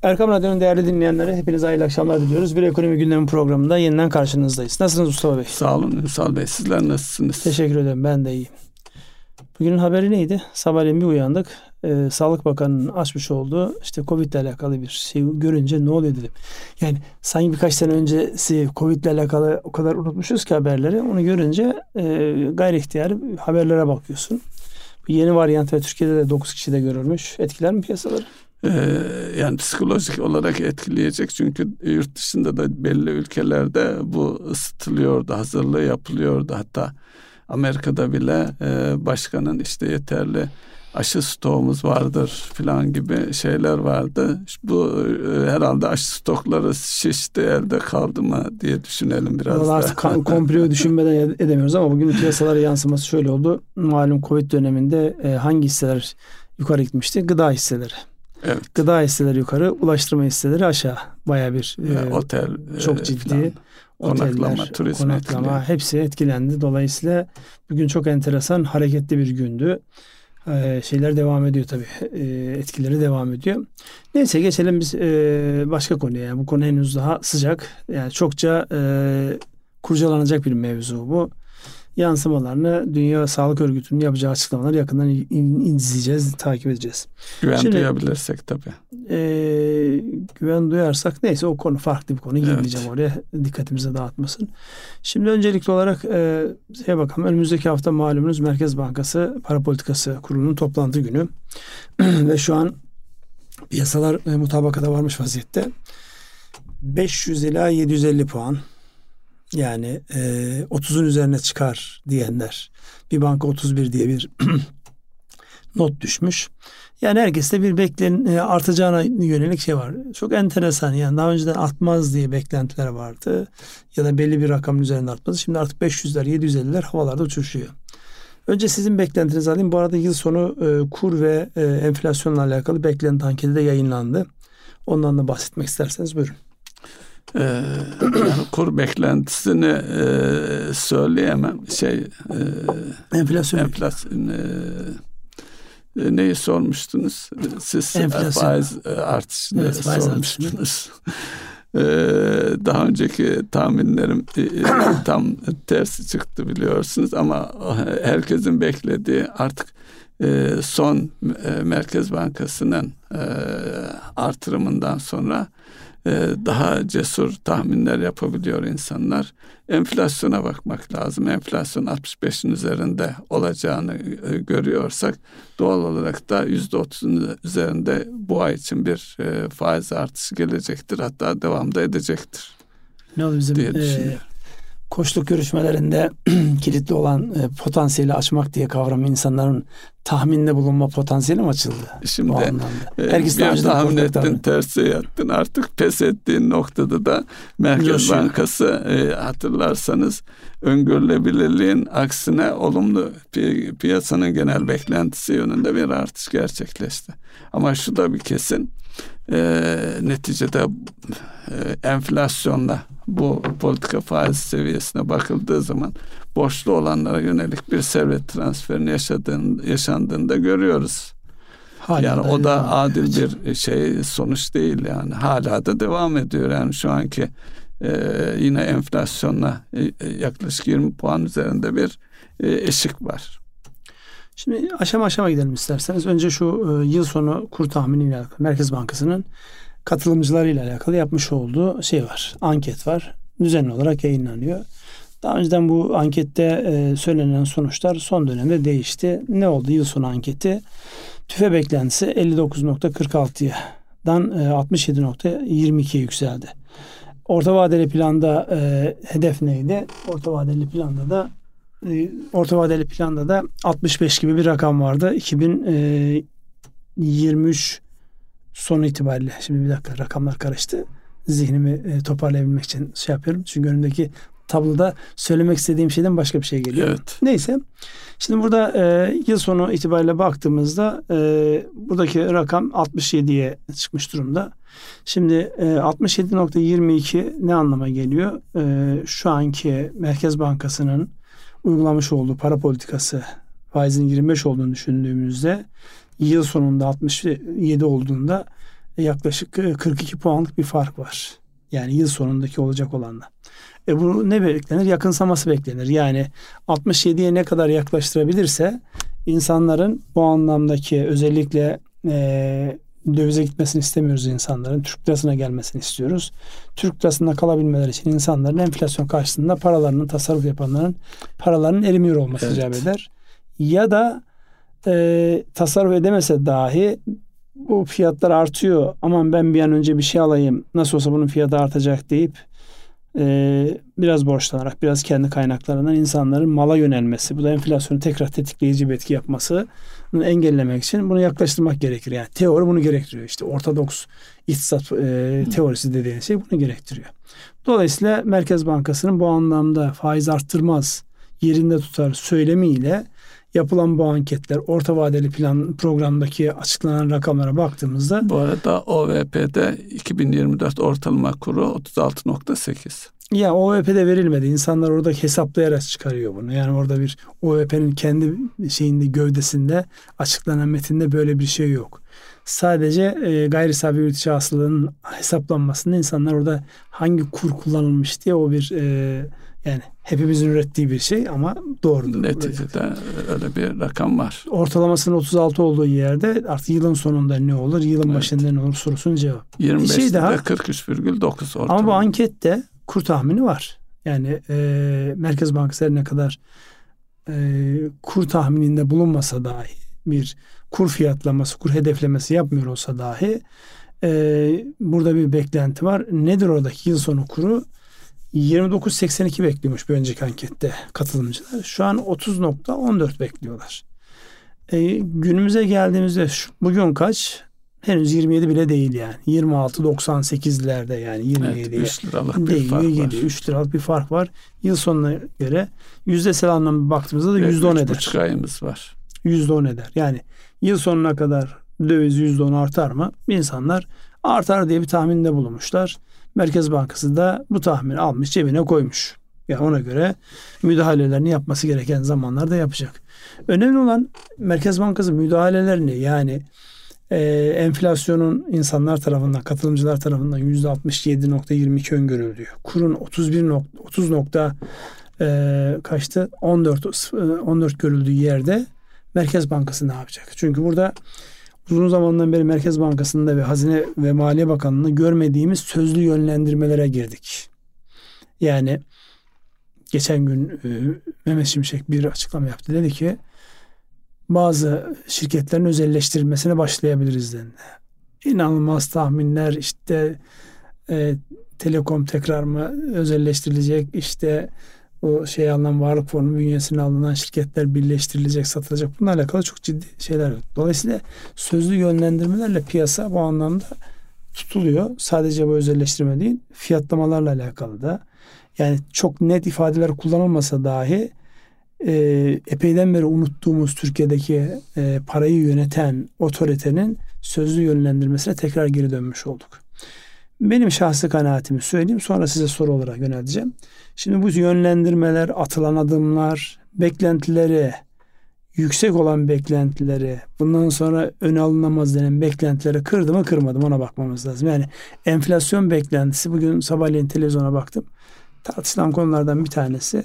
Erkam Radyo'nun değerli dinleyenleri, hepinize hayırlı akşamlar diliyoruz. Bir ekonomi gündemi programında yeniden karşınızdayız. Nasılsınız Mustafa Bey? Sağ olun Ünsal Bey. Sizler nasılsınız? Teşekkür ederim. Ben de iyiyim. Bugünün haberi neydi? Sabahleyin bir uyandık. Sağlık Bakanı'nın açmış olduğu Covid ile alakalı bir şey görünce ne oluyor dedim. Yani sanki birkaç sene öncesi Covid ile alakalı o kadar unutmuşuz ki haberleri. Onu görünce gayri ihtiyari haberlere bakıyorsun. Bu yeni varyant ve Türkiye'de de 9 kişi de görülmüş. Etkiler mi piyasaları? Yani psikolojik olarak etkileyecek, çünkü yurt dışında da belli ülkelerde bu ısıtılıyordu, hazırlığı yapılıyordu. Hatta Amerika'da bile başkanın yeterli aşı stoğumuz vardır falan gibi şeyler vardı. Bu herhalde aşı stokları şişti, elde kaldı mı diye düşünelim biraz da. Artık komplo düşünmeden edemiyoruz ama bugün piyasalara yansıması şöyle oldu. Malum Covid döneminde hangi hisseler yukarı gitmişti? Gıda hisseleri. Evet. Gıda hisseleri yukarı, ulaştırma hisseleri aşağı. Bayağı bir otel, çok ciddi falan. Oteller, konaklama hepsi etkilendi. Dolayısıyla bugün çok enteresan, hareketli bir gündü. Şeyler devam ediyor tabii. Etkileri devam ediyor. Neyse geçelim biz başka konuya. Yani bu konu henüz daha sıcak. Yani çokça kurcalanacak bir mevzu bu. Yansımalarını Dünya Sağlık Örgütü'nün yapacağı açıklamaları yakından izleyeceğiz, takip edeceğiz. Güven duyabilirsek tabii. Güven duyarsak neyse, o konu farklı bir konu. Girmeyeceğim oraya, dikkatimizi dağıtmasın. Şimdi öncelikli olarak bakalım. Önümüzdeki hafta malumunuz Merkez Bankası Para Politikası Kurulu'nun toplantı günü. Ve şu an piyasalar mutabakata varmış vaziyette. 500 ila 750 puan. Yani 30'un üzerine çıkar diyenler. Bir banka 31 diye bir not düşmüş. Yani herkeste bir artacağına yönelik şey var. Çok enteresan. Yani daha önceden artmaz diye beklentiler vardı. Ya da belli bir rakamın üzerinde artmaz. Şimdi artık 500'ler, 750'ler havalarda uçuşuyor. Önce sizin beklentinizi alayım. Bu arada yıl sonu kur ve enflasyonla alakalı beklenti anketi de yayınlandı. Ondan da bahsetmek isterseniz buyurun. Yani kur beklentisini söyleyemem. Enflasyon. Neyi sormuştunuz? Siz faiz artışını sormuştunuz. Daha önceki tahminlerim tam tersi çıktı biliyorsunuz, ama herkesin beklediği artık son Merkez Bankası'nın artırımından sonra daha cesur tahminler yapabiliyor insanlar. Enflasyona bakmak lazım. Enflasyon 65'in üzerinde olacağını görüyorsak doğal olarak da %30'un üzerinde bu ay için bir faiz artışı gelecektir. Hatta devam da edecektir. Ne oldu bizim koçluk görüşmelerinde kilitli olan potansiyeli açmak diye kavramı, insanların tahminde bulunma potansiyeli mi açıldı? Şimdi herkes bir tahmin ettin, tersi yattın. Artık pes ettiğin noktada da Merkez Bankası hatırlarsanız öngörülebilirliğin aksine olumlu piyasanın genel beklentisi yönünde bir artış gerçekleşti. Ama şu da bir kesin, neticede enflasyonla bu politika faiz seviyesine bakıldığı zaman borçlu olanlara yönelik bir servet transferini yaşandığını da görüyoruz. Yani o da adil bir sonuç değil yani. Hala da devam ediyor. Yani şu anki yine enflasyonla yaklaşık 20 puan üzerinde bir eşik var. Şimdi aşama aşama gidelim isterseniz. Önce şu yıl sonu kur tahminiyle alakalı Merkez Bankası'nın katılımcılarıyla alakalı yapmış olduğu var. Anket var. Düzenli olarak yayınlanıyor. Daha önceden bu ankette söylenen sonuçlar son dönemde değişti. Ne oldu yıl sonu anketi? TÜFE beklentisi 59.46'dan 67.22'ye yükseldi. Orta vadeli planda hedef neydi? Orta vadeli planda da 65 gibi bir rakam vardı. 2023 sonu itibariyle. Şimdi bir dakika, rakamlar karıştı. Zihnimi toparlayabilmek için yapıyorum. Çünkü önümdeki tabloda söylemek istediğim şeyden başka bir şey geliyor. Evet. Neyse. Şimdi burada yıl sonu itibariyle baktığımızda buradaki rakam 67'ye çıkmış durumda. Şimdi 67.22 ne anlama geliyor? Şu anki Merkez Bankası'nın uygulamış olduğu para politikası faizin 25 olduğunu düşündüğümüzde, yıl sonunda 67 olduğunda yaklaşık 42 puanlık bir fark var. Yani yıl sonundaki olacak olanla. Bu ne beklenir? Yakınsaması beklenir. Yani 67'ye ne kadar yaklaştırabilirse insanların bu anlamdaki özellikle dövize gitmesini istemiyoruz insanların. Türk lirasına gelmesini istiyoruz. Türk lirasında kalabilmeleri için insanların enflasyon karşısında paralarının, tasarruf yapanların paralarının erimiyor olması icap eder. Ya da tasarruf edemese dahi bu fiyatlar artıyor. Aman ben bir an önce bir şey alayım. Nasıl olsa bunun fiyatı artacak deyip biraz borçlanarak, biraz kendi kaynaklarından insanların mala yönelmesi, bu da enflasyonu tekrar tetikleyici bir etki yapmasını engellemek için bunu yaklaştırmak gerekir. Yani teori bunu gerektiriyor. İşte ortodoks iktisat teorisi dediğiniz şey bunu gerektiriyor. Dolayısıyla Merkez Bankası'nın bu anlamda faiz arttırmaz, yerinde tutar söylemiyle yapılan bu anketler, orta vadeli plan programdaki açıklanan rakamlara baktığımızda, bu arada OVP'de 2024 ortalama kuru 36.8. Ya OVP'de verilmedi. İnsanlar orada hesaplayarak çıkarıyor bunu. Yani orada bir OVP'nin kendi şeyinde, gövdesinde açıklanan metinde böyle bir şey yok. Sadece gayri safi yurt içi hasılanın hesaplanmasında insanlar orada hangi kur kullanılmış diye o bir yani hepimizin ürettiği bir şey ama doğrudur. Neticede öyle bir rakam var. Ortalamasının 36 olduğu yerde artık yılın sonunda ne olur, yılın başında ne olur sorusunun cevabı. 25'te de 43,9 ortalama. Ama bu ankette kur tahmini var. Yani Merkez Bankası her ne kadar kur tahmininde bulunmasa dahi, bir kur fiyatlaması, kur hedeflemesi yapmıyor olsa dahi burada bir beklenti var. Nedir oradaki yıl sonu kuru? 29.82 bekliyormuş bir önceki ankette katılımcılar. Şu an 30.14 bekliyorlar. Günümüze geldiğimizde bugün kaç? Henüz 27 bile değil yani. 26.98'lerde yani 27'ye evet, 3 liralık bir fark var. 3 liralık bir fark var. Yıl sonuna göre yüzdesel anlamda baktığımızda da %10 eder. 3,5 ayımız var. %10 eder. Yani yıl sonuna kadar döviz %10 artar mı? İnsanlar artar diye bir tahminde bulunmuşlar. Merkez Bankası da bu tahmini almış, cebine koymuş. Yani ona göre müdahalelerini yapması gereken zamanlarda yapacak. Önemli olan Merkez Bankası müdahalelerini, yani enflasyonun insanlar tarafından, katılımcılar tarafından %67.22 öngörüldüğü, kurun 30 kaçtı? 14 görüldüğü yerde Merkez Bankası ne yapacak? Çünkü burada uzun zamandan beri Merkez Bankası'nda ve Hazine ve Maliye Bakanlığı'nda görmediğimiz sözlü yönlendirmelere girdik. Yani geçen gün Mehmet Şimşek bir açıklama yaptı. Dedi ki bazı şirketlerin özelleştirilmesine başlayabiliriz dedi. İnanılmaz tahminler, işte Telekom tekrar mı özelleştirilecek, işte o alınan varlık fonu bünyesine alınan şirketler birleştirilecek, satılacak. Bunlarla alakalı çok ciddi şeyler yok. Dolayısıyla sözlü yönlendirmelerle piyasa bu anlamda tutuluyor. Sadece bu özelleştirme değil, fiyatlamalarla alakalı da. Yani çok net ifadeler kullanılmasa dahi epeyden beri unuttuğumuz Türkiye'deki parayı yöneten otoritenin sözlü yönlendirmesine tekrar geri dönmüş olduk. Benim şahsi kanaatimi söyleyeyim, sonra size soru olarak yönelteceğim. Şimdi bu yönlendirmeler, atılan adımlar, beklentileri, yüksek olan beklentileri, bundan sonra öne alınamaz denen beklentileri kırdı mı kırmadı mı ona bakmamız lazım. Yani enflasyon beklentisi, bugün sabahleyin televizyona baktım. Tartışılan konulardan bir tanesi,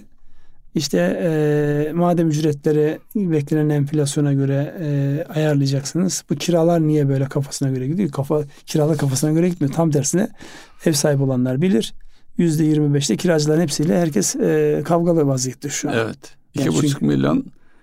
İşte madem ücretleri beklenen enflasyona göre ayarlayacaksınız, bu kiralar niye böyle kafasına göre gidiyor? Kiralar kafasına göre gitmiyor. Tam tersine ev sahibi olanlar bilir. %25'te kiracıların hepsiyle herkes kavgalı vaziyette şu an. Evet. 2,5 milyon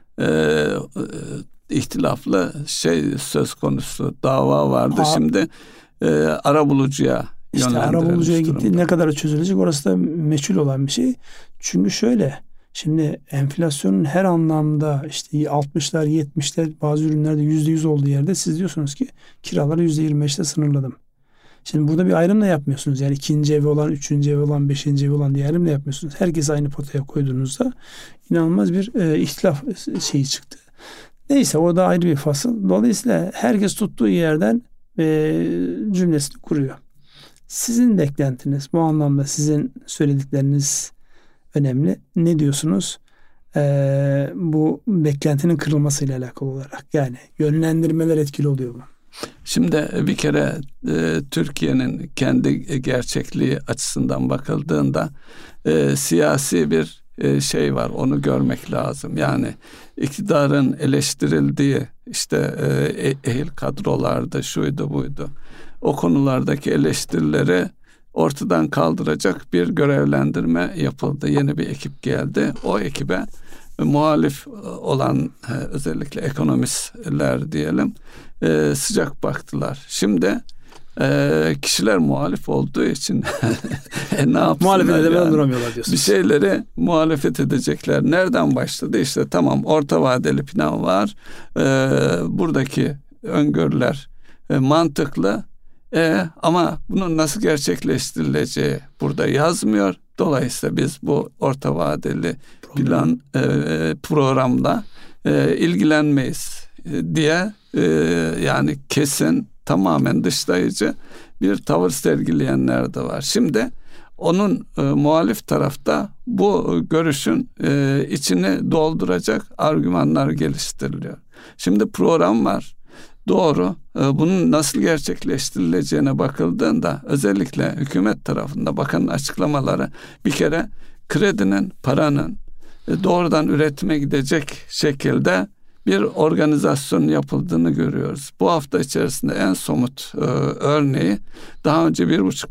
ihtilaflı söz konusu, dava vardı. Şimdi arabulucuya İşte arabulucuya gitti. Ne kadar çözülecek orası da meçhul olan bir şey. Çünkü şöyle, şimdi enflasyonun her anlamda işte 60'lar 70'ler bazı ürünlerde %100 olduğu yerde siz diyorsunuz ki kiraları %25'te sınırladım. Şimdi burada bir ayrım da yapmıyorsunuz. Yani ikinci evi olan, üçüncü evi olan, beşinci evi olan diye ayrım da yapmıyorsunuz. Herkes aynı potaya koyduğunuzda inanılmaz bir ihtilaf şeyi çıktı. Neyse, o da ayrı bir fasıl. Dolayısıyla herkes tuttuğu yerden cümlesini kuruyor. Sizin beklentiniz, bu anlamda sizin söyledikleriniz önemli. Ne diyorsunuz? Bu beklentinin kırılmasıyla alakalı olarak. Yani yönlendirmeler etkili oluyor mu? Şimdi bir kere Türkiye'nin kendi gerçekliği açısından bakıldığında siyasi bir şey var, onu görmek lazım. Yani iktidarın eleştirildiği işte ehil kadrolarda şuydu buydu, o konulardaki eleştirileri ortadan kaldıracak bir görevlendirme yapıldı. Yeni bir ekip geldi. O ekibe muhalif olan özellikle ekonomistler diyelim sıcak baktılar. Şimdi kişiler muhalif olduğu için ne yapsınlar? Muhalefet edemeden duramıyorlar diyorsunuz. Bir şeyleri muhalefet edecekler. Nereden başladı? İşte tamam, orta vadeli plan var. Buradaki öngörüler mantıklı. Ama bunun nasıl gerçekleştirileceği burada yazmıyor. Dolayısıyla biz bu orta vadeli plan programla ilgilenmeyiz diye yani kesin, tamamen dışlayıcı bir tavır sergileyenler de var. Şimdi onun muhalif tarafta bu görüşün içini dolduracak argümanlar geliştiriliyor. Şimdi program var. Doğru. Bunun nasıl gerçekleştirileceğine bakıldığında özellikle hükümet tarafında bakanın açıklamaları bir kere kredinin, paranın doğrudan üretime gidecek şekilde bir organizasyon yapıldığını görüyoruz. Bu hafta içerisinde en somut örneği daha önce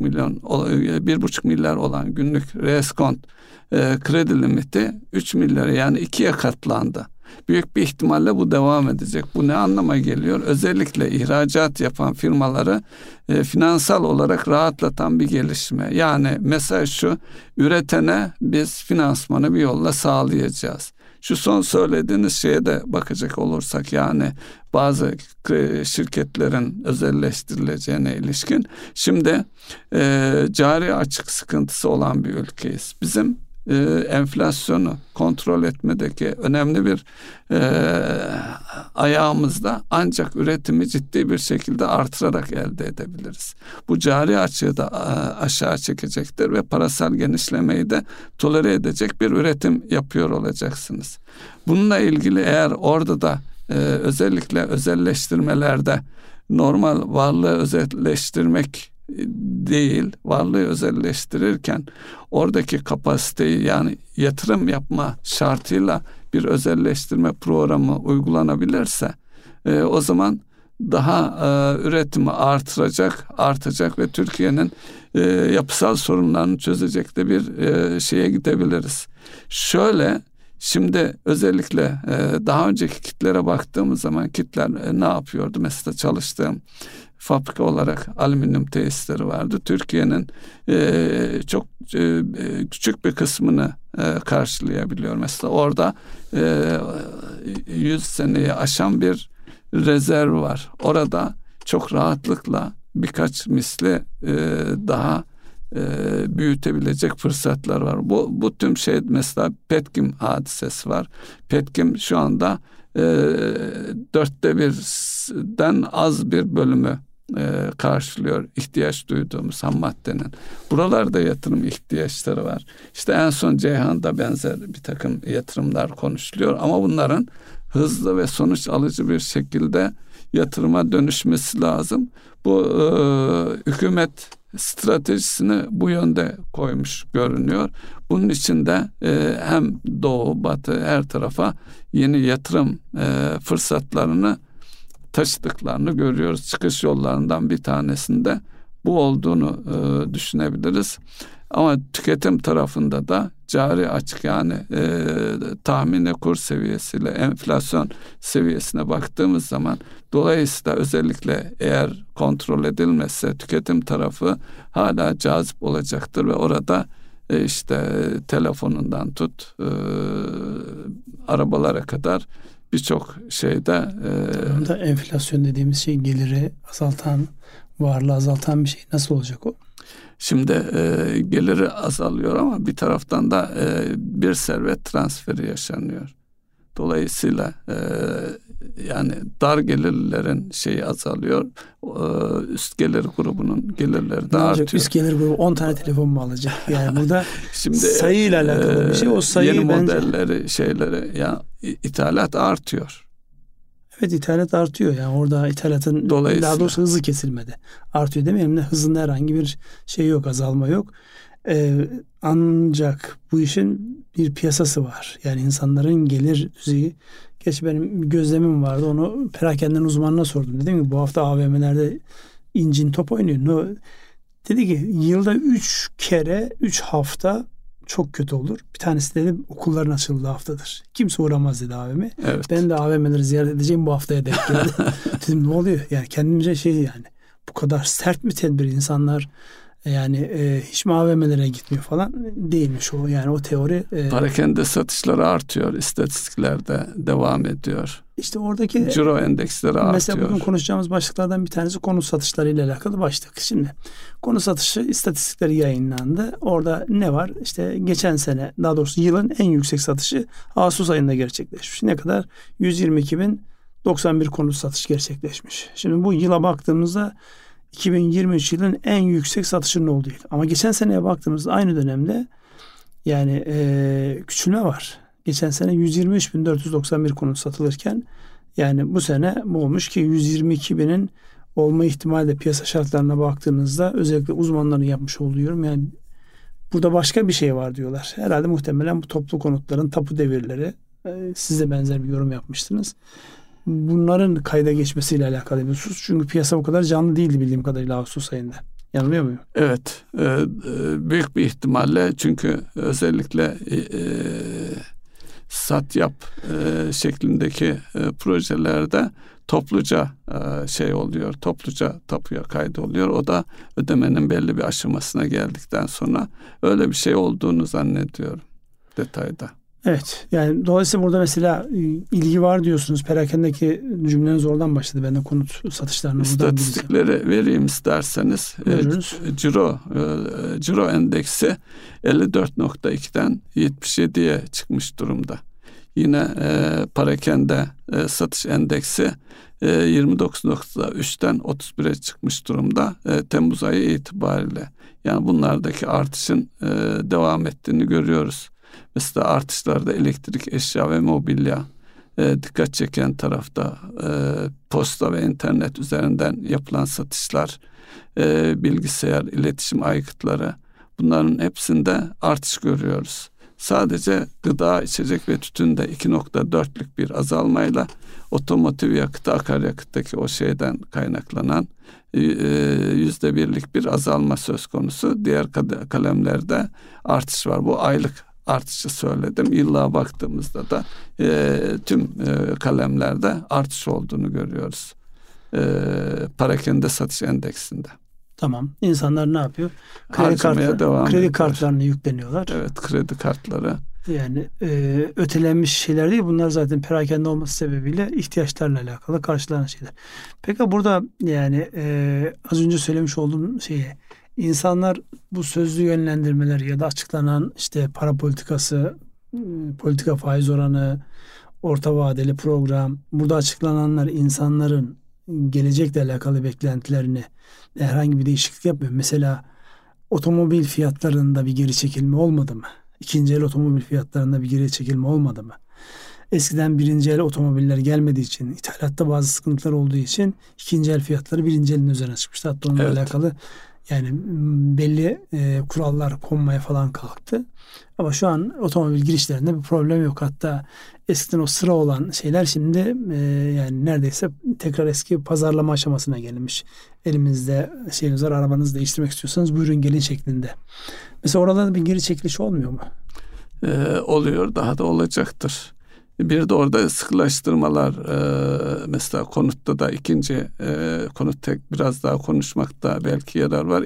1,5 milyar olan günlük reskont kredi limiti 3 milyara yani 2'ye katlandı. Büyük bir ihtimalle bu devam edecek. Bu ne anlama geliyor? Özellikle ihracat yapan firmaları finansal olarak rahatlatan bir gelişme. Yani mesaj şu: üretene biz finansmanı bir yolla sağlayacağız. Şu son söylediğiniz şeye de bakacak olursak, yani bazı şirketlerin özelleştirileceğine ilişkin. Şimdi cari açık sıkıntısı olan bir ülkeyiz. Bizim enflasyonu kontrol etmedeki önemli bir ayağımızda ancak üretimi ciddi bir şekilde artırarak elde edebiliriz. Bu cari açığı da aşağı çekecektir ve parasal genişlemeyi de tolere edecek bir üretim yapıyor olacaksınız. Bununla ilgili eğer orada da özellikle özelleştirmelerde normal varlığı özelleştirmek değil, varlığı özelleştirirken oradaki kapasiteyi, yani yatırım yapma şartıyla bir özelleştirme programı uygulanabilirse o zaman daha üretimi artacak ve Türkiye'nin yapısal sorunlarını çözecek de bir şeye gidebiliriz. Şöyle, şimdi özellikle daha önceki kitlere baktığımız zaman kitler ne yapıyordu? Mesela çalıştığım fabrika olarak alüminyum tesisleri vardı. Türkiye'nin çok küçük bir kısmını karşılayabiliyor. Mesela orada 100 seneyi aşan bir rezerv var. Orada çok rahatlıkla birkaç misli daha büyütebilecek fırsatlar var. Bu tüm şey, mesela Petkim hadisesi var. Petkim şu anda 1/4'den az bir bölümü karşılıyor ihtiyaç duyduğumuz ham maddenin. Buralarda yatırım ihtiyaçları var. İşte en son Ceyhan'da benzer bir takım yatırımlar konuşuluyor ama bunların hızlı ve sonuç alıcı bir şekilde yatırıma dönüşmesi lazım. Bu hükümet stratejisini bu yönde koymuş görünüyor. Bunun için de hem doğu, batı, her tarafa yeni yatırım fırsatlarını taşıdıklarını görüyoruz. Çıkış yollarından bir tanesinde bu olduğunu düşünebiliriz. Ama tüketim tarafında da cari açık, yani tahmini kur seviyesiyle enflasyon seviyesine baktığımız zaman, dolayısıyla özellikle eğer kontrol edilmezse tüketim tarafı hala cazip olacaktır ve orada işte telefonundan tut arabalara kadar birçok şeyde enflasyon dediğimiz şey geliri azaltan, varlığı azaltan bir şey. Nasıl olacak o? Şimdi geliri azalıyor ama bir taraftan da bir servet transferi yaşanıyor. Dolayısıyla yani dar gelirlerin şeyi azalıyor. Üst gelir grubunun gelirleri de artıyor. Üst gelir grubu 10 tane telefon mu alacak? Yani burada şimdi sayıyla alakalı bir şey. O sayı yeni bence... modelleri, şeyleri, yani ithalat artıyor. Evet, ithalat artıyor. Yani orada ithalatın daha doğrusu hızı kesilmedi. Artıyor demeyeyim de hızında herhangi bir şey yok, azalma yok. Ancak bu işin bir piyasası var. Yani insanların gelir düzeyi. Geç benim bir gözlemim vardı. Onu perakenden uzmanına sordum. Dedim ki bu hafta AVM'lerde incin top oynuyor. No. Dedi ki yılda 3 kere 3 hafta çok kötü olur. Bir tanesi dedi okulların açıldığı haftadır. Kimse uğramaz dedi AVM. Evet. Ben de AVM'leri ziyaret edeceğim bu haftaya denk geldi. Dedim ne oluyor? Yani kendimce yani bu kadar sert mi tedbir insanlar yani hiç mi AVM'lere gitmiyor falan değilmiş o. Yani o teori. Parakende satışları artıyor. İstatistiklerde devam ediyor. İşte oradaki ciro endeksleri artıyor. Mesela bugün konuşacağımız başlıklardan bir tanesi konut satışları ile alakalı başlık. Şimdi konut satışı istatistikleri yayınlandı. Orada ne var? İşte geçen sene, daha doğrusu yılın en yüksek satışı Ağustos ayında gerçekleşmiş. Ne kadar? 122.091 konut satış gerçekleşmiş. Şimdi bu yıla baktığımızda 2023 yılın en yüksek satışının olduğu yıl. Ama geçen seneye baktığımızda aynı dönemde yani küçülme var. Geçen sene 123.491 konut satılırken yani bu sene bu olmuş ki 122.000'in olma ihtimali de piyasa şartlarına baktığınızda özellikle uzmanların yapmış olduğu yorum yani burada başka bir şey var diyorlar. Herhalde muhtemelen bu toplu konutların tapu devirleri, siz de benzer bir yorum yapmıştınız. Bunların kayda geçmesiyle alakalı bir husus. Çünkü piyasa bu kadar canlı değildi bildiğim kadarıyla Ağustos ayında. Yanılıyor muyum? Evet. Büyük bir ihtimalle çünkü özellikle sat yap şeklindeki projelerde topluca şey oluyor. Topluca tapuya kaydoluyor. O da ödemenin belli bir aşamasına geldikten sonra öyle bir şey olduğunu zannediyorum detayda. Evet. Yani dolayısıyla burada mesela ilgi var diyorsunuz. Perakendeki cümleniz oradan başladı. Ben de konut satışlarını İstatistikleri vereyim isterseniz. Ciro endeksi 54.2'den 77'ye çıkmış durumda. Yine parakende satış endeksi 29.3'ten 31'e çıkmış durumda Temmuz ayı itibariyle. Yani bunlardaki artışın devam ettiğini görüyoruz. Mesela artışlarda elektrik, eşya ve mobilya dikkat çeken tarafta, posta ve internet üzerinden yapılan satışlar, bilgisayar, iletişim aygıtları, bunların hepsinde artış görüyoruz. Sadece gıda, içecek ve tütünde 2.4'lük bir azalmayla otomotiv yakıtı, akaryakıttaki o şeyden kaynaklanan %1'lik bir azalma söz konusu. Diğer kalemlerde artış var. Bu aylık artışı söyledim. Yıllığa baktığımızda da tüm kalemlerde artış olduğunu görüyoruz. Parakende satış endeksinde. Tamam. İnsanlar ne yapıyor? Kredi kartlarını yükleniyorlar. Evet, kredi kartları. Yani ötelenmiş şeyler değil. Bunlar zaten perakende olması sebebiyle ihtiyaçlarla alakalı karşılanan şeyler. Peki burada yani az önce söylemiş olduğum şeye İnsanlar bu sözlü yönlendirmeler ya da açıklanan işte para politikası, politika faiz oranı, orta vadeli program, burada açıklananlar insanların gelecekle alakalı beklentilerini herhangi bir değişiklik yapmıyor. Mesela otomobil fiyatlarında bir geri çekilme olmadı mı? İkinci el otomobil fiyatlarında bir geri çekilme olmadı mı? Eskiden birinci el otomobiller gelmediği için, ithalatta bazı sıkıntılar olduğu için ikinci el fiyatları birinci elin üzerine çıkmıştı. Hatta onunla alakalı yani belli kurallar konmaya falan kalktı. Ama şu an otomobil girişlerinde bir problem yok. Hatta eskiden o sıra olan şeyler şimdi yani neredeyse tekrar eski pazarlama aşamasına gelmiş. Elimizde şeyiniz var, arabanızı değiştirmek istiyorsanız buyurun gelin şeklinde. Mesela oralarda bir geri çekiliş olmuyor mu? Oluyor, daha da olacaktır. Bir de orada sıkılaştırmalar mesela konutta da ikinci konut tek biraz daha konuşmakta belki yarar var.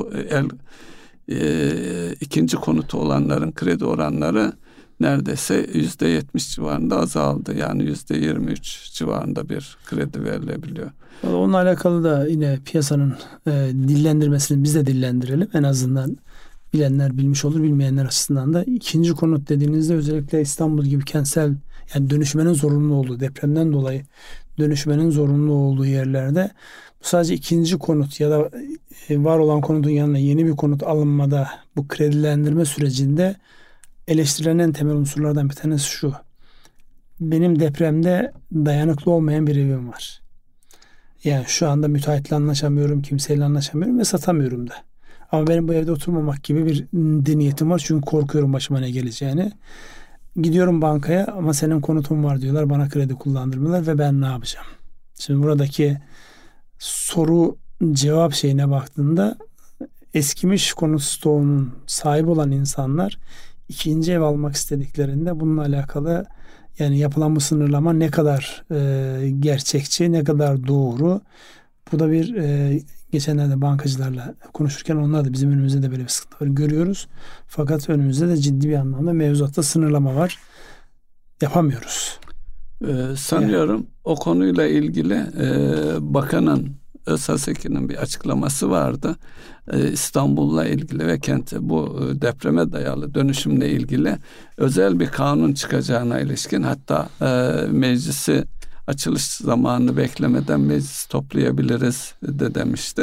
İkinci konutu olanların kredi oranları neredeyse %70 civarında azaldı. Yani %23 civarında bir kredi verilebiliyor. Onunla alakalı da yine piyasanın dillendirmesini biz de dillendirelim. En azından bilenler bilmiş olur, bilmeyenler açısından da. İkinci konut dediğinizde özellikle İstanbul gibi kentsel yani dönüşmenin zorunlu olduğu, depremden dolayı dönüşmenin zorunlu olduğu yerlerde bu sadece ikinci konut ya da var olan konutun yanına yeni bir konut alınmada bu kredilendirme sürecinde eleştirilen en temel unsurlardan bir tanesi şu. benim depremde dayanıklı olmayan bir evim var. Yani şu anda müteahhitle anlaşamıyorum, kimseyle anlaşamıyorum ve satamıyorum da. Ama benim bu evde oturmamak gibi bir niyetim var. Çünkü korkuyorum başıma ne geleceğini. Gidiyorum bankaya ama senin konutun var diyorlar. Bana kredi kullandırmıyorlar ve ben ne yapacağım? Şimdi buradaki soru cevap şeyine baktığında eskimiş konut stoğunun sahibi olan insanlar ikinci ev almak istediklerinde bununla alakalı yani yapılan bu sınırlama ne kadar gerçekçi, ne kadar doğru. Bu da bir geçenlerde bankacılarla konuşurken onlar da bizim önümüzde de böyle bir sıkıntı var görüyoruz. Fakat önümüzde de ciddi bir anlamda mevzuatta sınırlama var. Yapamıyoruz. Sanıyorum o konuyla ilgili bakanın Özhaseki'nin bir açıklaması vardı. İstanbul'la ilgili ve kente bu depreme dayalı dönüşümle ilgili özel bir kanun çıkacağına ilişkin, hatta meclisi açılış zamanını beklemeden meclis toplayabiliriz de demişti.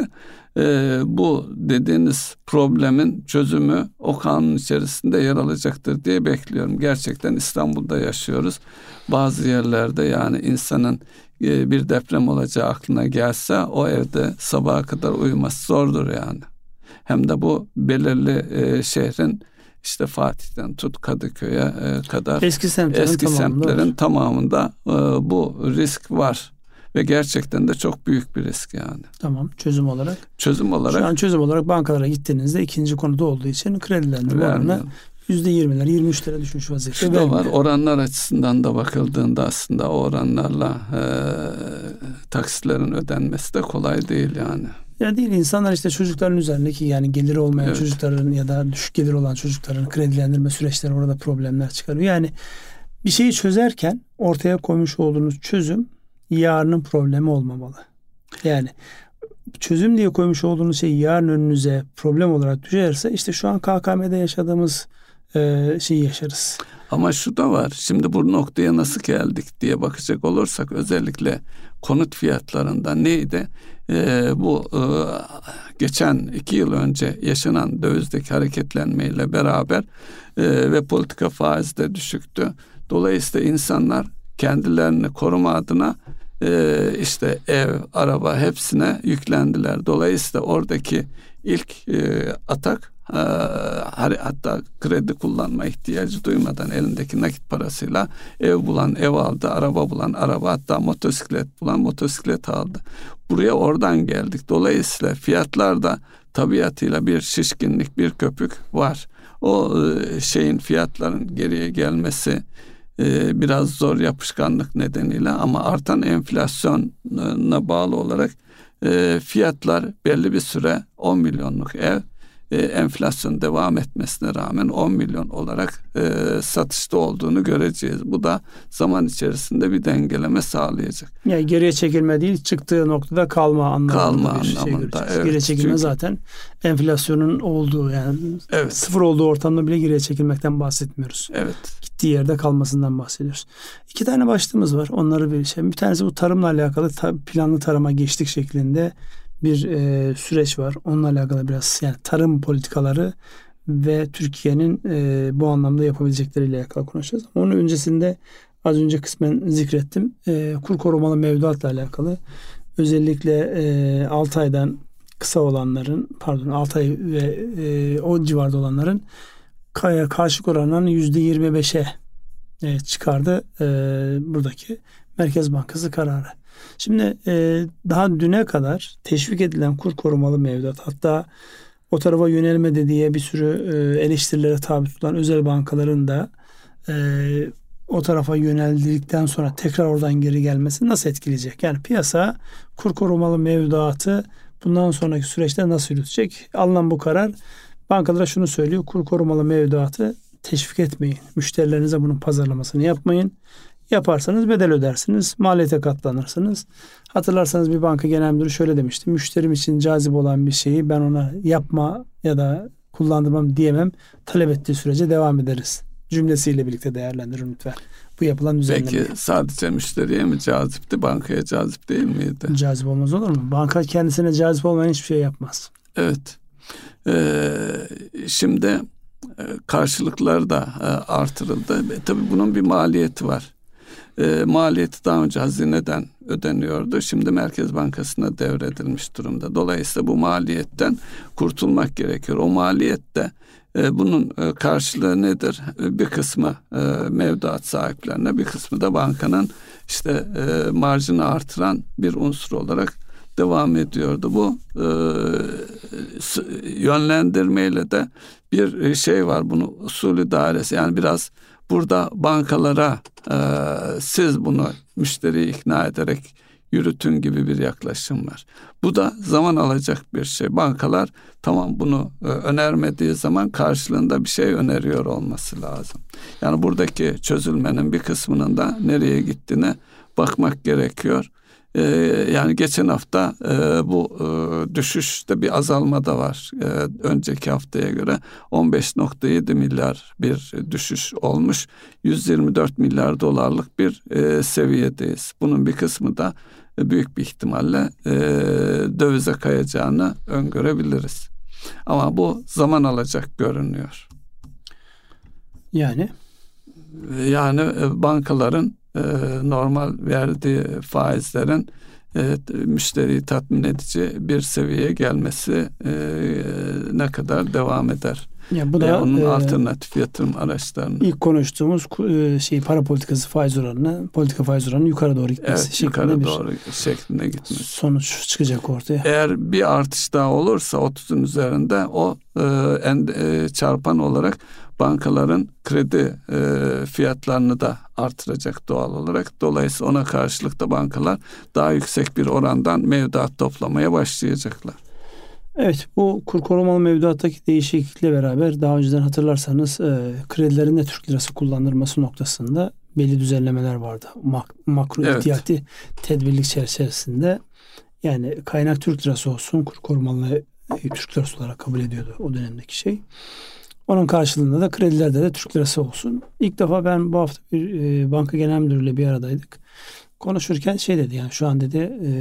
Bu dediğiniz problemin çözümü o kanun içerisinde yer alacaktır diye bekliyorum. Gerçekten İstanbul'da yaşıyoruz. Bazı yerlerde yani insanın bir deprem olacağı aklına gelse o evde sabaha kadar uyuması zordur yani. Hem de bu belirli şehrin işte Fatih'ten tut Kadıköy'e kadar eski semtlerin tamamında bu risk var. Ve gerçekten de çok büyük bir risk yani. Tamam, çözüm olarak. Şu an çözüm olarak bankalara gittiğinizde ikinci konuda olduğu için kredilendirme oranı %20'lere, 23'lere düşmüş vaziyette. Şu da var, oranlar açısından da bakıldığında aslında o oranlarla taksitlerin ödenmesi de kolay değil yani. Ya değil, insanlar işte çocukların üzerindeki yani geliri olmayan çocukların ya da düşük gelir olan çocukların kredilendirme süreçleri orada problemler çıkarıyor. Yani bir şeyi çözerken ortaya koymuş olduğunuz çözüm yarının problemi olmamalı. Yani çözüm diye koymuş olduğunuz şey yarın önünüze problem olarak düşerse işte şu an KKM'de yaşadığımız şeyi yaşarız. Ama şu da var. Şimdi bu noktaya nasıl geldik diye bakacak olursak özellikle konut fiyatlarında neydi? Bu geçen 2 yıl önce yaşanan dövizdeki hareketlenmeyle beraber ve politika faizi de düşüktü. Dolayısıyla insanlar kendilerini koruma adına işte ev, araba hepsine yüklendiler. Dolayısıyla oradaki ilk atak hatta kredi kullanma ihtiyacı duymadan elindeki nakit parasıyla ev bulan ev aldı, araba bulan araba, hatta motosiklet bulan motosiklet aldı. Buraya oradan geldik. Dolayısıyla fiyatlarda tabiatıyla bir şişkinlik, bir köpük var. O şeyin fiyatların geriye gelmesi biraz zor yapışkanlık nedeniyle, ama artan enflasyona bağlı olarak fiyatlar belli bir süre 10 milyonluk ev enflasyon devam etmesine rağmen 10 milyon olarak satışta olduğunu göreceğiz. Bu da zaman içerisinde bir dengeleme sağlayacak. Yani geriye çekilme değil, çıktığı noktada kalma anlamında bir şey göreceğiz. Evet, geriye çekilme çünkü zaten enflasyonun olduğu, yani sıfır olduğu ortamda bile geriye çekilmekten bahsetmiyoruz. Evet. Gittiği yerde kalmasından bahsediyoruz. 2 tane başlığımız var. Onları bir tanesi bu tarımla alakalı planlı tarıma geçtik şeklinde bir süreç var. Onunla alakalı biraz yani tarım politikaları ve Türkiye'nin bu anlamda yapabilecekleriyle alakalı konuşacağız. Onun öncesinde az önce kısmen zikrettim. Kur korumalı mevduatla alakalı özellikle 6 aydan kısa olanların 6 ay ve o civarda olanların karşılık oranının %25'e çıkardı buradaki Merkez Bankası kararı. Şimdi daha düne kadar teşvik edilen kur korumalı mevduat, hatta o tarafa yönelmedi diye bir sürü eleştirilere tabi tutulan özel bankaların da o tarafa yöneldikten sonra tekrar oradan geri gelmesi nasıl etkileyecek? Yani piyasa kur korumalı mevduatı bundan sonraki süreçte nasıl yürütecek? Alınan bu karar bankalara şunu söylüyor: kur korumalı mevduatı teşvik etmeyin. Müşterilerinize bunun pazarlamasını yapmayın. Yaparsanız bedel ödersiniz, maliyete katlanırsınız. Hatırlarsanız bir banka genel müdürü şöyle demişti: müşterim için cazip olan bir şeyi ben ona yapma ya da kullandırmam diyemem. Talep ettiği sürece devam ederiz cümlesiyle birlikte değerlendirin lütfen bu yapılan düzenleme. Peki sadece müşteriye mi cazipti, bankaya cazip değil miydi? Cazip olmaz olur mu? Banka kendisine cazip olmayan hiçbir şey yapmaz. Evet. Şimdi karşılıklar da artırıldı. Tabii bunun bir maliyeti var. maliyeti daha önce hazineden ödeniyordu. Şimdi Merkez Bankası'na devredilmiş durumda. Dolayısıyla bu maliyetten kurtulmak gerekiyor. O maliyette bunun karşılığı nedir? Bir kısmı mevduat sahiplerine, bir kısmı da bankanın işte marjını artıran bir unsur olarak devam ediyordu. Bu yönlendirmeyle de bir şey var. Bunu usulü dairesi, yani biraz burada bankalara siz bunu müşteriyi ikna ederek yürütün gibi bir yaklaşım var. Bu da zaman alacak bir şey. Bankalar tamam bunu önermediği zaman karşılığında bir şey öneriyor olması lazım. Yani buradaki çözülmenin bir kısmının da nereye gittiğine bakmak gerekiyor. Yani geçen hafta bu düşüşte bir azalma da var. Önceki haftaya göre 15.7 milyar bir düşüş olmuş. 124 milyar dolarlık bir seviyedeyiz. Bunun bir kısmı da büyük bir ihtimalle dövize kayacağını öngörebiliriz. Ama bu zaman alacak görünüyor. Yani bankaların normal verdiği faizlerin müşteriyi tatmin edici bir seviyeye gelmesi ne kadar devam eder? Ya bu da onun alternatif yatırım araçlarının ilk konuştuğumuz para politikası faiz oranına, politika faiz oranının yukarı doğru gitmesi şeklinde gitmesi. Sonuç çıkacak ortaya. Eğer bir artış daha olursa 30'un üzerinde o çarpan olarak bankaların kredi fiyatlarını da artıracak doğal olarak. Dolayısıyla ona karşılık da bankalar daha yüksek bir orandan mevduat toplamaya başlayacaklar. Evet, bu kur korumalı mevduattaki değişiklikle beraber daha önceden hatırlarsanız kredilerin de Türk lirası kullanılması noktasında belli düzenlemeler vardı. Makro ihtiyati tedbirlik çerçevesinde, yani kaynak Türk lirası olsun, kur korumalı Türk lirası olarak kabul ediyordu o dönemdeki şey. Onun karşılığında da kredilerde de Türk lirası olsun. İlk defa ben bu hafta bir banka genel müdürüyle bir aradaydık. Konuşurken dedi, yani şu an dedi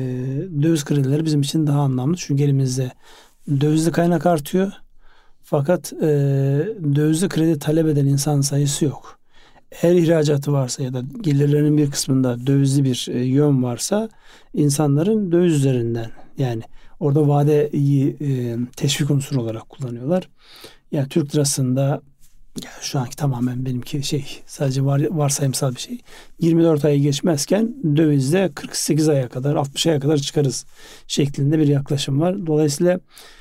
döviz kredileri bizim için daha anlamlı. Çünkü elimizde dövizli kaynak artıyor. Fakat dövizli kredi talep eden insan sayısı yok. Eğer ihracatı varsa ya da gelirlerinin bir kısmında dövizli bir yön varsa insanların döviz üzerinden, yani orada vadeyi teşvik unsuru olarak kullanıyorlar. Yani Türk lirasında şu anki tamamen benimki sadece varsayımsal bir şey. 24 ayı geçmezken dövizde 48 aya kadar 60 aya kadar çıkarız şeklinde bir yaklaşım var. Dolayısıyla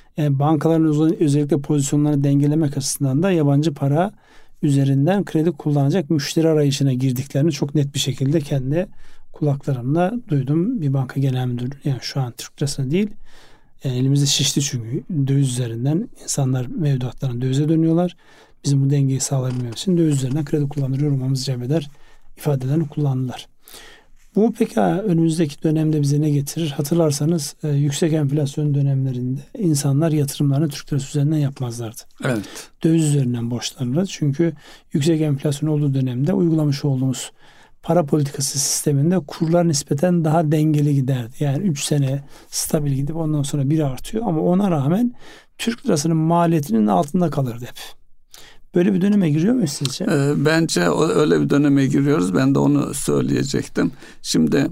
bankaların özellikle pozisyonlarını dengelemek açısından da yabancı para üzerinden kredi kullanacak müşteri arayışına girdiklerini çok net bir şekilde kendi kulaklarımla duydum. Bir banka genel müdürü, yani şu an Türk lirasına değil, yani elimizde şişti çünkü döviz üzerinden insanlar mevduatlarını dövize dönüyorlar. Bizim bu dengeyi sağlayabilmemiz için döviz üzerinden kredi kullanıyor olmamız icap eder ifadelerini kullandılar. Bu peki önümüzdeki dönemde bize ne getirir? Hatırlarsanız yüksek enflasyon dönemlerinde insanlar yatırımlarını Türk lirası üzerinden yapmazlardı. Evet. Döviz üzerinden borçlanırlar. Çünkü yüksek enflasyon olduğu dönemde uygulamış olduğumuz para politikası sisteminde kurlar nispeten daha dengeli giderdi. Yani 3 sene stabil gidip ondan sonra biri artıyor. Ama ona rağmen Türk lirasının maliyetinin altında kalırdı hep. Böyle bir döneme giriyor muyuz sizce? Bence öyle bir döneme giriyoruz. Ben de onu söyleyecektim. Şimdi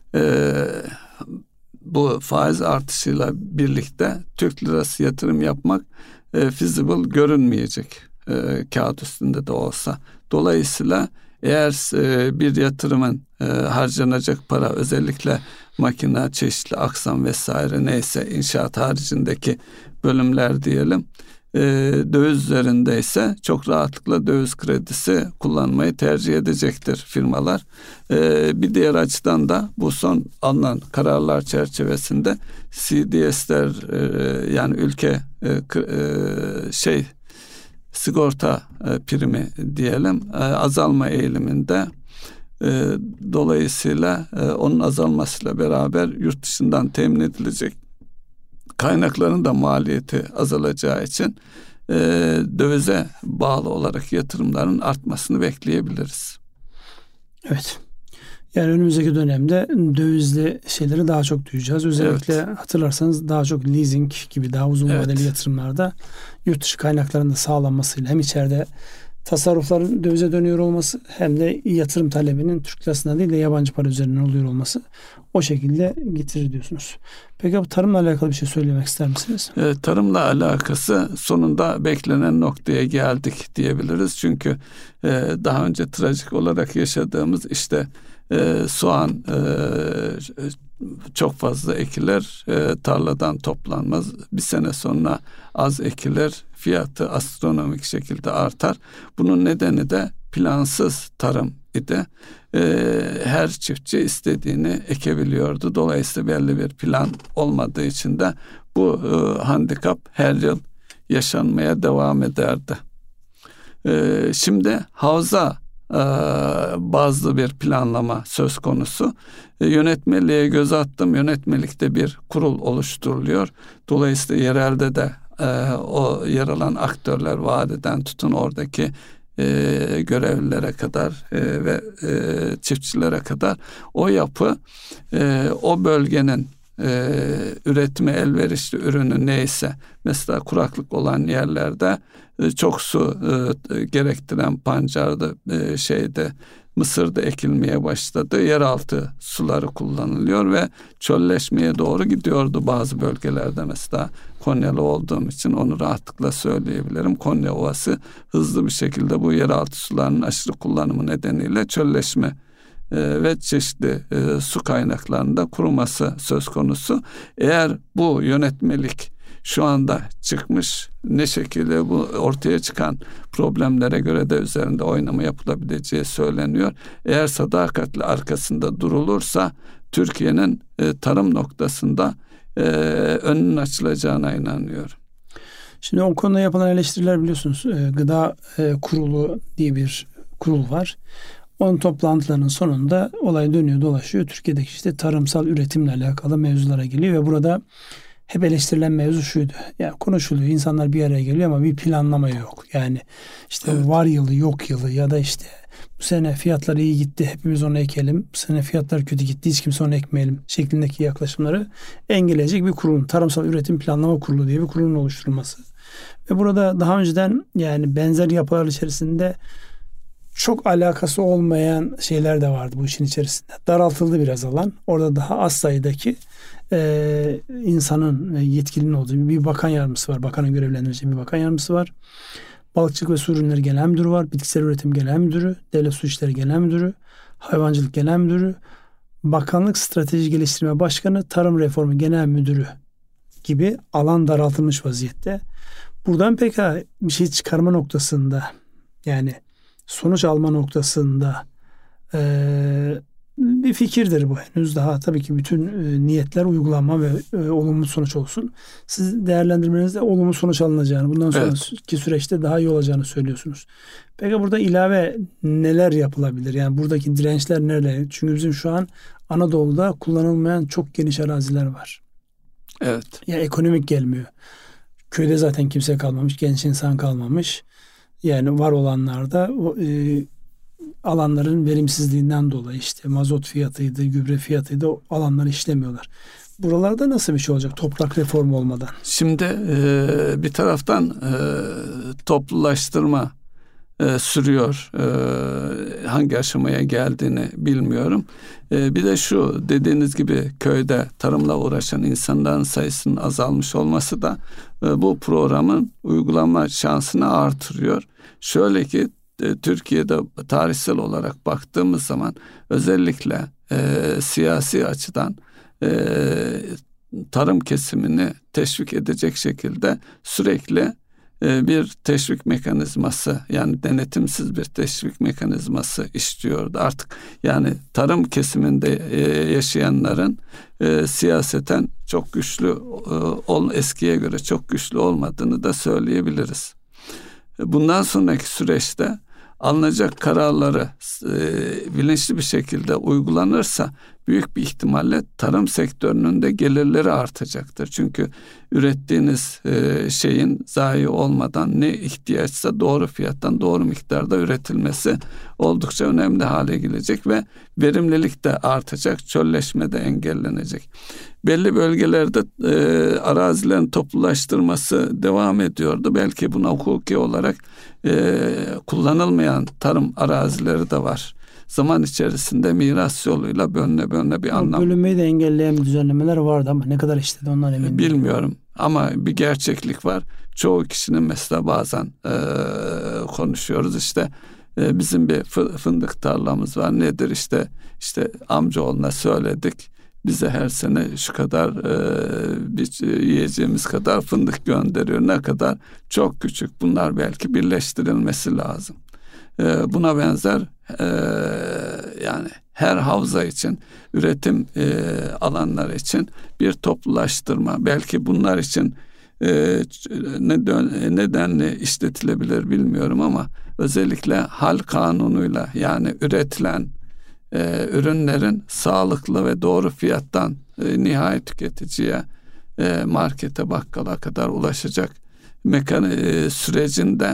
bu faiz artışıyla birlikte Türk lirası yatırım yapmak feasible görünmeyecek. Kağıt üstünde de olsa. Dolayısıyla eğer bir yatırımın harcanacak para, özellikle makine, çeşitli aksam vesaire, neyse inşaat haricindeki bölümler diyelim, döviz üzerindeyse çok rahatlıkla döviz kredisi kullanmayı tercih edecektir firmalar. Bir diğer açıdan da bu son alınan kararlar çerçevesinde CDS'ler, yani ülke sigorta primi diyelim azalma eğiliminde. Dolayısıyla onun azalmasıyla beraber yurt dışından temin edilecek kaynakların da maliyeti azalacağı için dövize bağlı olarak yatırımların artmasını bekleyebiliriz. Evet. Yani önümüzdeki dönemde dövizli şeyleri daha çok duyacağız. Özellikle hatırlarsanız daha çok leasing gibi daha uzun vadeli yatırımlarda yurt dışı kaynaklarının da sağlanmasıyla hem içeride tasarrufların dövize dönüyor olması hem de yatırım talebinin Türk lirasından değil de yabancı para üzerinden oluyor olması o şekilde getirir diyorsunuz. Peki bu tarımla alakalı bir şey söylemek ister misiniz? Tarımla alakası sonunda beklenen noktaya geldik diyebiliriz. Çünkü daha önce trajik olarak yaşadığımız işte soğan çok fazla ekilir, tarladan toplanmaz. Bir sene sonra az ekilir, fiyatı astronomik şekilde artar. Bunun nedeni de plansız tarım idi. Her çiftçi istediğini ekebiliyordu. Dolayısıyla belli bir plan olmadığı için de bu handikap her yıl yaşanmaya devam ederdi. Şimdi havza bazı bir planlama söz konusu. Yönetmeliğe göz attım. Yönetmelikte bir kurul oluşturuluyor. Dolayısıyla yerelde de o yer alan aktörler, vadeden tutun oradaki görevlilere kadar ve çiftçilere kadar o yapı o bölgenin üretime elverişli ürünü neyse, mesela kuraklık olan yerlerde çok su gerektiren pancarda Mısır'da ekilmeye başladı. Yeraltı suları kullanılıyor ve çölleşmeye doğru gidiyordu bazı bölgelerde. Mesela Konyalı olduğum için onu rahatlıkla söyleyebilirim. Konya Ovası hızlı bir şekilde bu yeraltı sularının aşırı kullanımı nedeniyle çölleşme ve çeşitli su kaynaklarında kuruması söz konusu. Eğer bu yönetmelik şu anda çıkmış, ne şekilde bu ortaya çıkan problemlere göre de üzerinde oynama yapılabileceği söyleniyor. Eğer sadakatle arkasında durulursa Türkiye'nin tarım noktasında önünün açılacağına inanıyorum. Şimdi o konuda yapılan eleştiriler biliyorsunuz. Gıda Kurulu diye bir kurul var. Onun toplantılarının sonunda olay dönüyor dolaşıyor. Türkiye'deki işte tarımsal üretimle alakalı mevzulara geliyor ve burada hep eleştirilen mevzu şuydu. Yani konuşuluyor, insanlar bir araya geliyor ama bir planlama yok. Yani işte evet, var yılı yok yılı ya da işte bu sene fiyatlar iyi gitti, hepimiz onu ekelim. Bu sene fiyatlar kötü gitti, hiç kimse onu ekmeyelim şeklindeki yaklaşımları engelleyecek bir kurulun, Tarımsal Üretim Planlama Kurulu diye bir kurulun oluşturulması. Ve burada daha önceden yani benzer yapılar içerisinde çok alakası olmayan şeyler de vardı bu işin içerisinde. Daraltıldı biraz alan. Orada daha az sayıdaki insanın yetkilinin olduğu bir bakan yardımcısı var. Bakanın görevlendireceği bir bakan yardımcısı var. Balıkçılık ve Su Ürünleri Genel Müdürü var. Bitkisel Üretim Genel Müdürü. Devlet Su İşleri Genel Müdürü. Hayvancılık Genel Müdürü. Bakanlık Strateji Geliştirme Başkanı. Tarım Reformu Genel Müdürü gibi alan daraltılmış vaziyette. Buradan pekala bir şey çıkarma noktasında yani sonuç alma noktasında bir fikirdir bu. Henüz daha tabii ki bütün niyetler uygulanma ve olumlu sonuç olsun. Siz değerlendirmenizde olumlu sonuç alınacağını, bundan sonraki süreçte daha iyi olacağını söylüyorsunuz. Peki burada ilave neler yapılabilir? Yani buradaki dirençler neler? Çünkü bizim şu an Anadolu'da kullanılmayan çok geniş araziler var. Evet. Yani ekonomik gelmiyor. Köyde zaten kimse kalmamış, genç insan kalmamış. Yani var olanlarda alanların verimsizliğinden dolayı işte mazot fiyatıydı, gübre fiyatıydı, o alanları işlemiyorlar. Buralarda nasıl bir şey olacak toprak reformu olmadan? Şimdi bir taraftan toplulaştırma sürüyor. Hangi aşamaya geldiğini bilmiyorum. Bir de şu dediğiniz gibi köyde tarımla uğraşan insanların sayısının azalmış olması da bu programın uygulama şansını artırıyor. Şöyle ki Türkiye'de tarihsel olarak baktığımız zaman özellikle siyasi açıdan tarım kesimini teşvik edecek şekilde sürekli bir teşvik mekanizması, yani denetimsiz bir teşvik mekanizması işliyordu. Artık yani tarım kesiminde yaşayanların siyaseten çok güçlü, eskiye göre çok güçlü olmadığını da söyleyebiliriz. Bundan sonraki süreçte alınacak kararları bilinçli bir şekilde uygulanırsa büyük bir ihtimalle tarım sektörünün de gelirleri artacaktır. Çünkü ürettiğiniz şeyin zayi olmadan ne ihtiyaçsa doğru fiyattan doğru miktarda üretilmesi oldukça önemli hale gelecek ve verimlilik de artacak, çölleşme de engellenecek. Belli bölgelerde arazilerin toplulaştırması devam ediyordu. Belki buna hukuki olarak kullanılmayan tarım arazileri de var. Zaman içerisinde miras yoluyla bölüne bir anlam. Bölünmeyi de engelleyen düzenlemeler vardı ama ne kadar işledi onlar emin değilim. Bilmiyorum ama bir gerçeklik var. Çoğu kişinin mesela bazen konuşuyoruz işte bizim bir fındık tarlamız var. Nedir işte amcaoğluna söyledik. Bize her sene şu kadar yiyeceğimiz kadar fındık gönderiyor. Ne kadar? Çok küçük. Bunlar belki birleştirilmesi lazım. Buna benzer yani her havza için, üretim alanları için bir toplulaştırma. Belki bunlar için nedenle işletilebilir bilmiyorum ama özellikle hal kanunuyla yani üretilen ürünlerin sağlıklı ve doğru fiyattan nihai tüketiciye markete, bakkala kadar ulaşacak sürecinde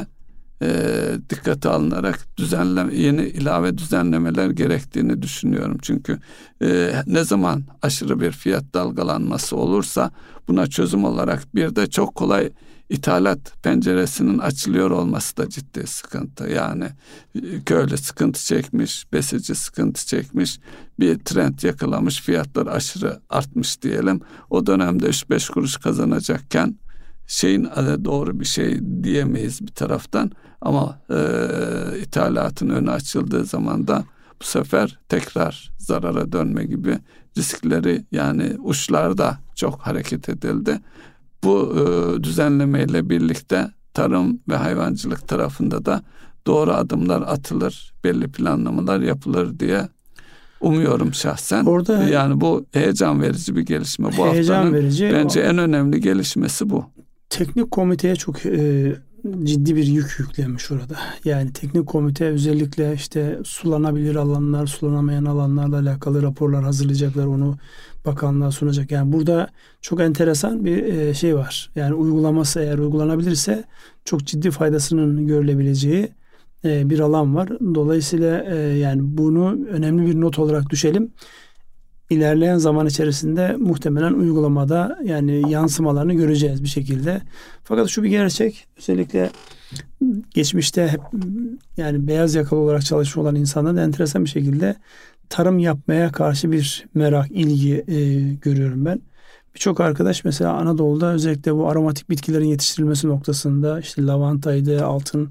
dikkate alınarak yeni ilave düzenlemeler gerektiğini düşünüyorum. Çünkü ne zaman aşırı bir fiyat dalgalanması olursa buna çözüm olarak bir de çok kolay ithalat penceresinin açılıyor olması da ciddi sıkıntı. Yani köylü sıkıntı çekmiş, besici sıkıntı çekmiş, bir trend yakalamış, fiyatlar aşırı artmış diyelim. O dönemde 3-5 kuruş kazanacakken doğru bir şey diyemeyiz bir taraftan ama ithalatın önü açıldığı zaman da bu sefer tekrar zarara dönme gibi riskleri yani uçlarda çok hareket edildi. Bu düzenlemeyle birlikte tarım ve hayvancılık tarafında da doğru adımlar atılır, belli planlamalar yapılır diye umuyorum şahsen. Yani bu heyecan verici bir gelişme. Bu haftanın bence en önemli gelişmesi bu. Teknik komiteye çok ciddi bir yük yüklenmiş orada. Yani teknik komite özellikle işte sulanabilir alanlar, sulanamayan alanlarla alakalı raporlar hazırlayacaklar. Onu bakanlığa sunacak. Yani burada çok enteresan bir şey var. Yani uygulaması eğer uygulanabilirse çok ciddi faydasının görülebileceği bir alan var. Dolayısıyla yani bunu önemli bir not olarak düşelim. İlerleyen zaman içerisinde muhtemelen uygulamada yani yansımalarını göreceğiz bir şekilde. Fakat şu bir gerçek, özellikle geçmişte hep yani beyaz yakalı olarak çalışmış olan insanlar da enteresan bir şekilde tarım yapmaya karşı bir merak, ilgi görüyorum ben. Birçok arkadaş mesela Anadolu'da özellikle bu aromatik bitkilerin yetiştirilmesi noktasında işte lavantaydı, altın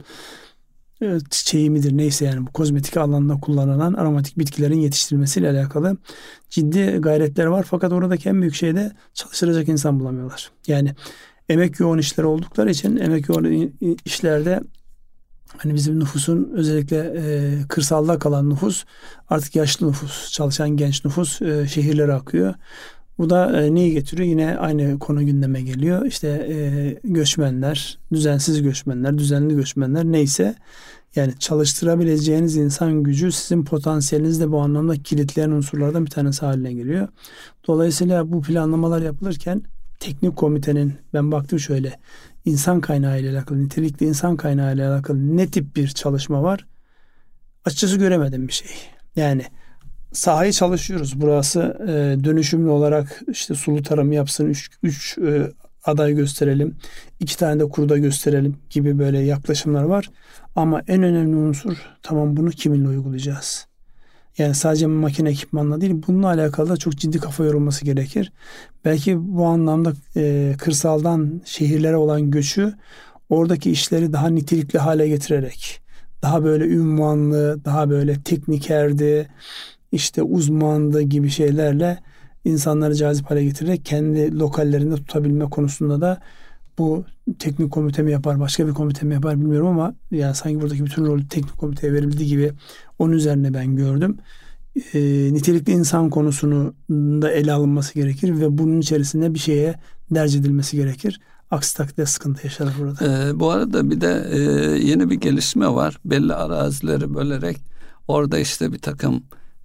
çiçeği midir neyse yani bu kozmetik alanında kullanılan aromatik bitkilerin yetiştirilmesiyle alakalı ciddi gayretler var. Fakat oradaki en büyük şey de çalıştıracak insan bulamıyorlar. Yani emek yoğun işler oldukları için emek yoğun işlerde hani bizim nüfusun özellikle kırsalda kalan nüfus artık yaşlı nüfus, çalışan genç nüfus şehirlere akıyor. Bu da neyi getiriyor? Yine aynı konu gündeme geliyor. İşte göçmenler, düzensiz göçmenler, düzenli göçmenler neyse yani çalıştırabileceğiniz insan gücü sizin potansiyelinizi de bu anlamda kilitleyen unsurlardan bir tanesi haline geliyor. Dolayısıyla bu planlamalar yapılırken teknik komitenin ben baktım şöyle insan kaynağı ile alakalı, nitelikli insan kaynağı ile alakalı ne tip bir çalışma var? Açıkçası göremedim bir şey. Yani sahayı çalışıyoruz. Burası dönüşümlü olarak işte sulu tarım yapsın, 3 aday gösterelim, 2 tane de kuruda gösterelim gibi böyle yaklaşımlar var. Ama en önemli unsur tamam bunu kiminle uygulayacağız? Yani sadece makine ekipmanla değil bununla alakalı da çok ciddi kafa yorulması gerekir. Belki bu anlamda kırsaldan şehirlere olan göçü oradaki işleri daha nitelikli hale getirerek daha böyle ünvanlı, daha böyle teknikerdi, işte uzmandı gibi şeylerle insanları cazip hale getirerek kendi lokallerinde tutabilme konusunda da bu teknik komite mi yapar, başka bir komite mi yapar bilmiyorum ama yani sanki buradaki bütün rolü teknik komiteye verildiği gibi onun üzerine ben gördüm. Nitelikli insan konusunu da ele alınması gerekir ve bunun içerisinde bir şeye derc edilmesi gerekir. Aksi takdirde sıkıntı yaşanır burada. Bu arada bir de yeni bir gelişme var. Belli arazileri bölerek orada işte bir takım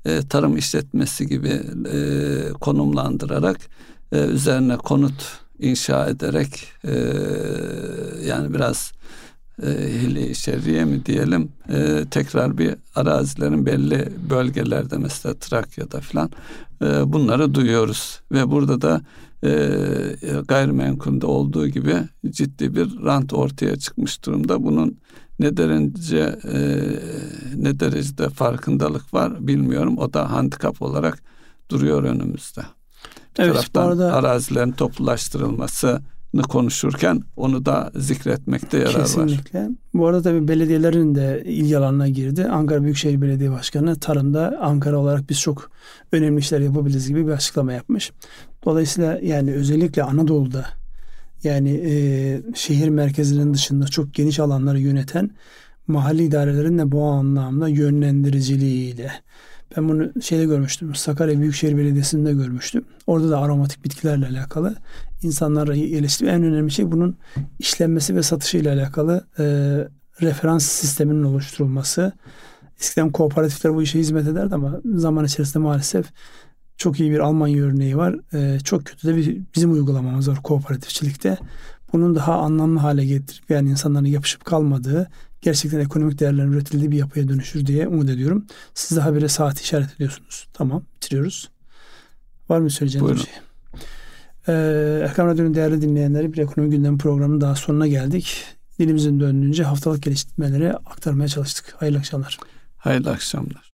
tarım işletmesi gibi konumlandırarak üzerine konut inşa ederek yani biraz hili şerriye mi diyelim, tekrar bir arazilerin belli bölgelerde, mesela Trakya'da falan bunları duyuyoruz ve burada da gayrimenkulde olduğu gibi ciddi bir rant ortaya çıkmış durumda. Bunun ne derecede farkındalık var bilmiyorum. O da handikap olarak duruyor önümüzde. Bir taraftan arada arazilerin toplulaştırılmasını konuşurken onu da zikretmekte yarar var. Kesinlikle. Bu arada tabii belediyelerin de ilgi alanına girdi. Ankara Büyükşehir Belediye Başkanı tarımda Ankara olarak biz çok önemli işler yapabiliriz gibi bir açıklama yapmış. Dolayısıyla yani özellikle Anadolu'da yani şehir merkezinin dışında çok geniş alanları yöneten mahalli idarelerin de bu anlamda yönlendiriciliğiyle, ben bunu şeyde görmüştüm, Sakarya Büyükşehir Belediyesi'nde görmüştüm. Orada da aromatik bitkilerle alakalı insanlara geliştirdi. En önemli şey bunun işlenmesi ve satışıyla alakalı referans sisteminin oluşturulması. Eskiden kooperatifler bu işe hizmet ederdi ama zaman içerisinde maalesef çok iyi bir Almanya örneği var. Çok kötü de bizim uygulamamız var kooperatifçilikte. Bunun daha anlamlı hale getirip yani insanların yapışıp kalmadığı, gerçekten ekonomik değerlerin üretildiği bir yapıya dönüşür diye umut ediyorum. Siz de habire saati işaret ediyorsunuz. Tamam, bitiriyoruz. Var mı söyleyeceğiniz bir şey? Erkam Radyo'nun değerli dinleyenleri, bir ekonomi gündemi programının daha sonuna geldik. Dilimizin döndüğünce haftalık geliştirmeleri aktarmaya çalıştık. Hayırlı akşamlar. Hayırlı akşamlar.